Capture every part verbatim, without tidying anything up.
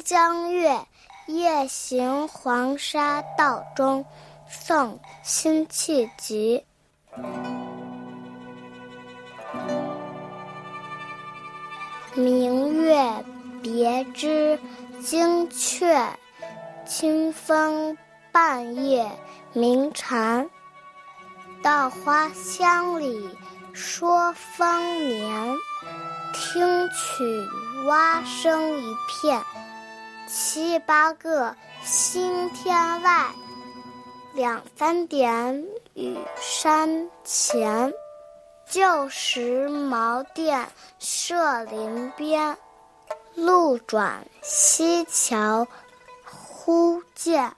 江月·夜行黄沙道中，宋·辛弃疾。明月别枝惊鹊，清风半夜鸣蝉。稻花香里说丰年，听取蛙声一片。七八个星天外，两三点雨山前。旧时茅店社林边，路转溪桥忽见。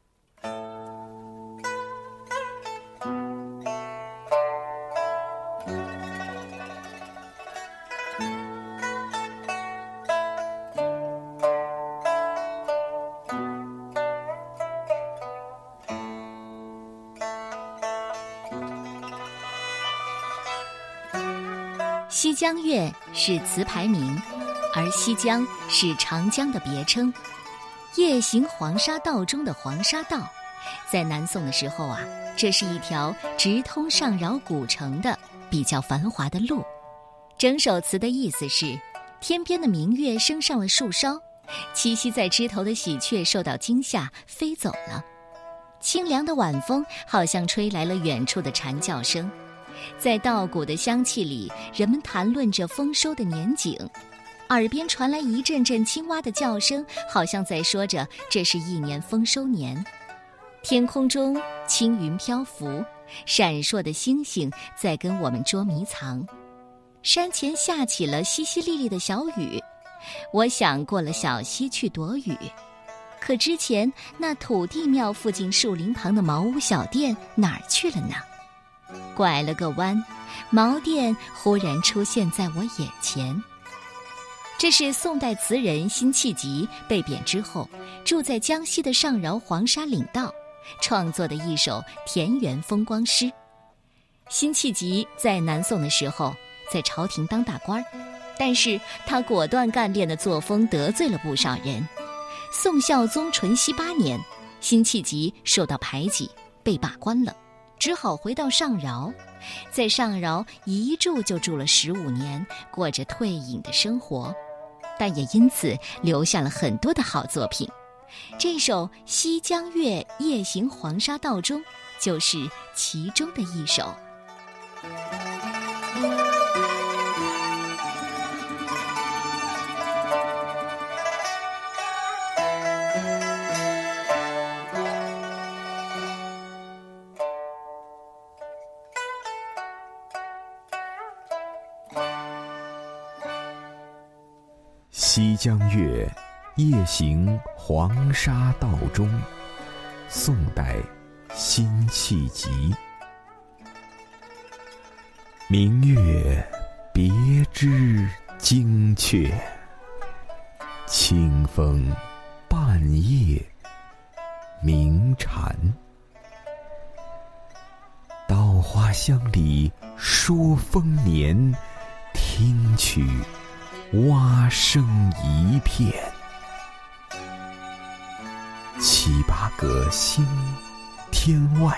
西江月是词牌名，而西江是长江的别称。夜行黄沙道中的黄沙道，在南宋的时候啊，这是一条直通上饶古城的比较繁华的路。整首词的意思是，天边的明月升上了树梢，栖息在枝头的喜鹊受到惊吓飞走了。清凉的晚风好像吹来了远处的蝉叫声，在稻谷的香气里，人们谈论着丰收的年景，耳边传来一阵阵青蛙的叫声，好像在说着这是一年丰收年。天空中青云漂浮，闪烁的星星在跟我们捉迷藏。山前下起了淅淅沥沥的小雨，我想过了小溪去躲雨，可之前那土地庙附近树林旁的茅屋小店哪儿去了呢？拐了个弯，茅店忽然出现在我眼前。这是宋代词人辛弃疾被贬之后，住在江西的上饶黄沙岭道，创作的一首田园风光诗。辛弃疾在南宋的时候，在朝廷当大官，但是他果断干练的作风得罪了不少人。宋孝宗淳熙八年，辛弃疾受到排挤，被罢官了，只好回到上饶。在上饶一住就住了十五年，过着退隐的生活，但也因此留下了很多的好作品。这首《西江月·夜行黄沙道中》就是其中的一首。 西江月·夜行黄沙道中，宋代，辛弃疾。明月别枝惊鹊，清风半夜鸣蝉。稻花香里说丰年，听取蛙声一片。七八个星天外，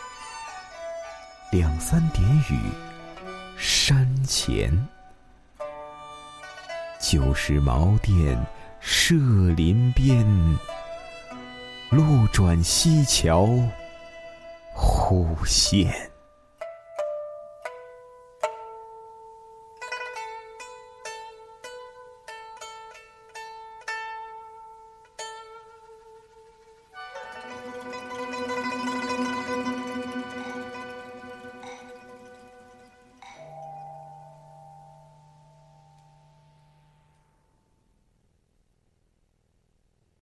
两三点雨山前。旧时茅店社林边，路转溪桥忽见。